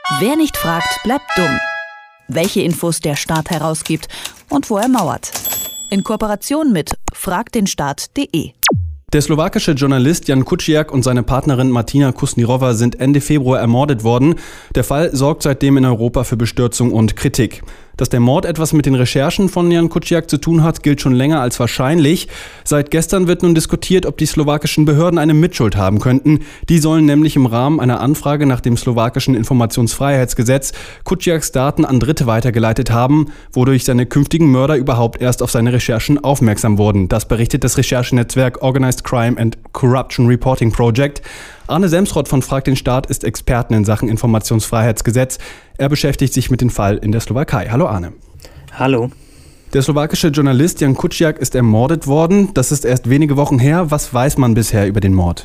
Wer nicht fragt, bleibt dumm. Welche Infos der Staat herausgibt und wo er mauert. In Kooperation mit fragtdenstaat.de. Der slowakische Journalist Jan Kuciak und seine Partnerin Martina Kusnirova sind Ende Februar ermordet worden. Der Fall sorgt seitdem in Europa für Bestürzung und Kritik. Dass der Mord etwas mit den Recherchen von Jan Kuciak zu tun hat, gilt schon länger als wahrscheinlich. Seit gestern wird nun diskutiert, ob die slowakischen Behörden eine Mitschuld haben könnten. Die sollen nämlich im Rahmen einer Anfrage nach dem slowakischen Informationsfreiheitsgesetz Kuciaks Daten an Dritte weitergeleitet haben, wodurch seine künftigen Mörder überhaupt erst auf seine Recherchen aufmerksam wurden. Das berichtet das Recherchenetzwerk Organized Crime and Corruption Reporting Project. Arne Semsrott von Frag den Staat ist Experten in Sachen Informationsfreiheitsgesetz. Er beschäftigt sich mit dem Fall in der Slowakei. Hallo Arne. Hallo. Der slowakische Journalist Jan Kuciak ist ermordet worden. Das ist erst wenige Wochen her. Was weiß man bisher über den Mord?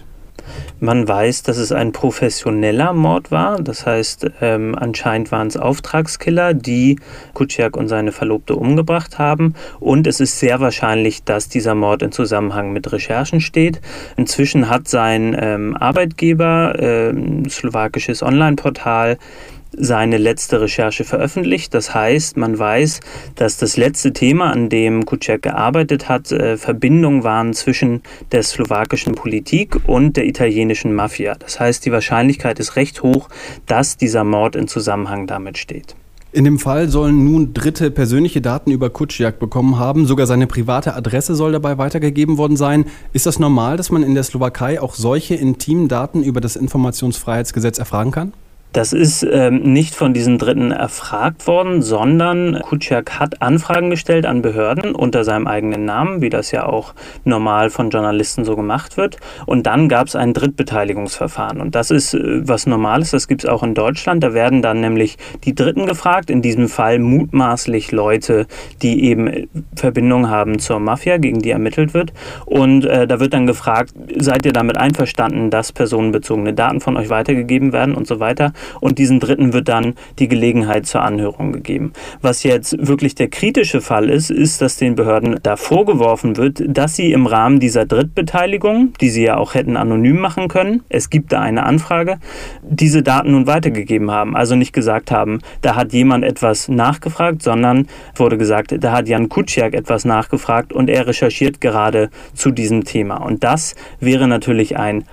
Man weiß, dass es ein professioneller Mord war. Das heißt, anscheinend waren es Auftragskiller, die Kuciak und seine Verlobte umgebracht haben. Und es ist sehr wahrscheinlich, dass dieser Mord in Zusammenhang mit Recherchen steht. Inzwischen hat sein Arbeitgeber, slowakisches Online-Portal, seine letzte Recherche veröffentlicht. Das heißt, man weiß, dass das letzte Thema, an dem Kuciak gearbeitet hat, Verbindungen waren zwischen der slowakischen Politik und der italienischen Mafia. Das heißt, die Wahrscheinlichkeit ist recht hoch, dass dieser Mord in Zusammenhang damit steht. In dem Fall sollen nun Dritte persönliche Daten über Kuciak bekommen haben. Sogar seine private Adresse soll dabei weitergegeben worden sein. Ist das normal, dass man in der Slowakei auch solche intimen Daten über das Informationsfreiheitsgesetz erfragen kann? Das ist nicht von diesen Dritten erfragt worden, sondern Kuciak hat Anfragen gestellt an Behörden unter seinem eigenen Namen, wie das ja auch normal von Journalisten so gemacht wird. Und dann gab es ein Drittbeteiligungsverfahren. Und das ist was Normales, das gibt es auch in Deutschland. Da werden dann nämlich die Dritten gefragt, in diesem Fall mutmaßlich Leute, die eben Verbindungen haben zur Mafia, gegen die ermittelt wird. Und da wird dann gefragt, seid ihr damit einverstanden, dass personenbezogene Daten von euch weitergegeben werden und so weiter. Und diesen Dritten wird dann die Gelegenheit zur Anhörung gegeben. Was jetzt wirklich der kritische Fall ist, ist, dass den Behörden da vorgeworfen wird, dass sie im Rahmen dieser Drittbeteiligung, die sie ja auch hätten anonym machen können, es gibt da eine Anfrage, diese Daten nun weitergegeben haben. Also nicht gesagt haben, da hat jemand etwas nachgefragt, sondern wurde gesagt, da hat Jan Kuciak etwas nachgefragt und er recherchiert gerade zu diesem Thema. Und das wäre natürlich ein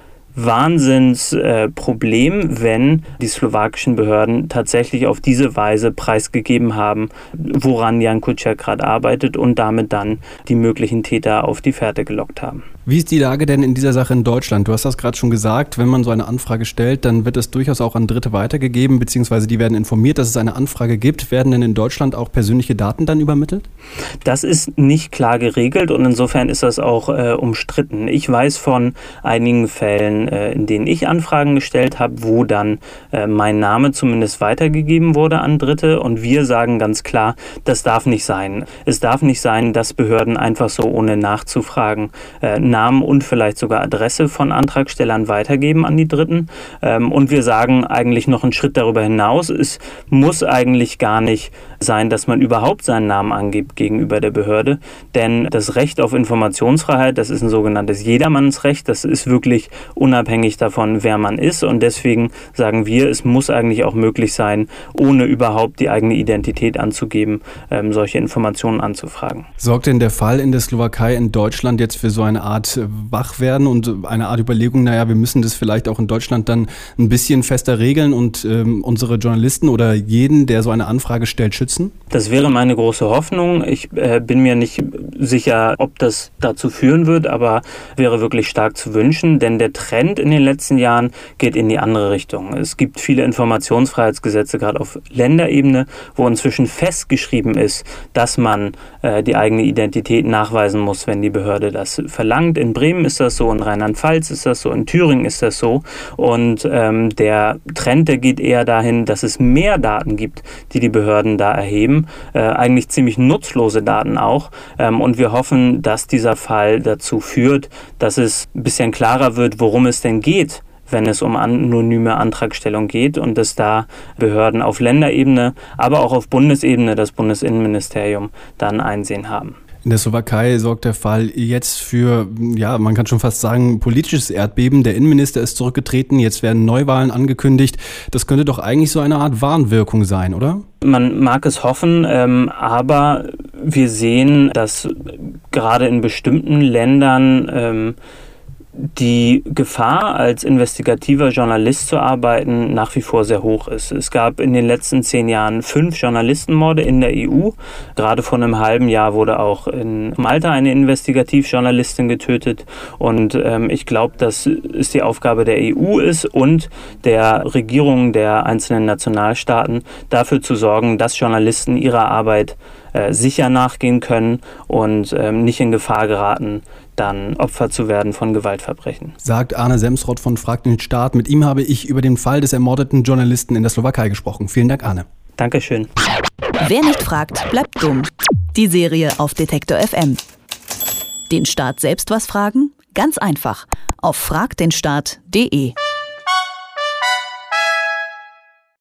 Wahnsinnsproblem, wenn die slowakischen Behörden tatsächlich auf diese Weise preisgegeben haben, woran Jan Kuciak gerade arbeitet und damit dann die möglichen Täter auf die Fährte gelockt haben. Wie ist die Lage denn in dieser Sache in Deutschland? Du hast das gerade schon gesagt, wenn man so eine Anfrage stellt, dann wird es durchaus auch an Dritte weitergegeben, beziehungsweise die werden informiert, dass es eine Anfrage gibt. Werden denn in Deutschland auch persönliche Daten dann übermittelt? Das ist nicht klar geregelt und insofern ist das auch umstritten. Ich weiß von einigen Fällen, in denen ich Anfragen gestellt habe, wo dann mein Name zumindest weitergegeben wurde an Dritte und wir sagen ganz klar, das darf nicht sein. Es darf nicht sein, dass Behörden einfach so ohne nachzufragen Namen und vielleicht sogar Adresse von Antragstellern weitergeben an die Dritten. Und wir sagen eigentlich noch einen Schritt darüber hinaus, es muss eigentlich gar nicht sein, dass man überhaupt seinen Namen angibt gegenüber der Behörde, denn das Recht auf Informationsfreiheit, das ist ein sogenanntes Jedermannsrecht, das ist wirklich unabhängig davon, wer man ist und deswegen sagen wir, es muss eigentlich auch möglich sein, ohne überhaupt die eigene Identität anzugeben, solche Informationen anzufragen. Sorgt denn der Fall in der Slowakei in Deutschland jetzt für so eine Art Wachwerden und eine Art Überlegung, naja, wir müssen das vielleicht auch in Deutschland dann ein bisschen fester regeln und unsere Journalisten oder jeden, der so eine Anfrage stellt, schützen? Das wäre meine große Hoffnung. Ich bin mir nicht sicher, ob das dazu führen wird, aber wäre wirklich stark zu wünschen, denn der Trend in den letzten Jahren geht in die andere Richtung. Es gibt viele Informationsfreiheitsgesetze, gerade auf Länderebene, wo inzwischen festgeschrieben ist, dass man die eigene Identität nachweisen muss, wenn die Behörde das verlangt. In Bremen ist das so, in Rheinland-Pfalz ist das so, in Thüringen ist das so. Und der Trend, der geht eher dahin, dass es mehr Daten gibt, die Behörden da erheben. Eigentlich ziemlich nutzlose Daten auch. Und wir hoffen, dass dieser Fall dazu führt, dass es ein bisschen klarer wird, worum es denn geht, wenn es um anonyme Antragstellung geht und dass da Behörden auf Länderebene, aber auch auf Bundesebene, das Bundesinnenministerium, dann Einsehen haben. In der Slowakei sorgt der Fall jetzt für, ja, man kann schon fast sagen, politisches Erdbeben. Der Innenminister ist zurückgetreten, jetzt werden Neuwahlen angekündigt. Das könnte doch eigentlich so eine Art Warnwirkung sein, oder? Man mag es hoffen, aber wir sehen, dass gerade in bestimmten Ländern die Gefahr, als investigativer Journalist zu arbeiten, nach wie vor sehr hoch ist. Es gab in den letzten 10 Jahren 5 Journalistenmorde in der EU. Gerade vor einem halben Jahr wurde auch in Malta eine Investigativjournalistin getötet. Und ich glaube, dass es die Aufgabe der EU ist und der Regierungen der einzelnen Nationalstaaten, dafür zu sorgen, dass Journalisten ihrer Arbeit sicher nachgehen können und nicht in Gefahr geraten, dann Opfer zu werden von Gewaltverbrechen. Sagt Arne Semsrott von Frag den Staat. Mit ihm habe ich über den Fall des ermordeten Journalisten in der Slowakei gesprochen. Vielen Dank, Arne. Dankeschön. Wer nicht fragt, bleibt dumm. Die Serie auf Detektor FM. Den Staat selbst was fragen? Ganz einfach. Auf fragdenstaat.de.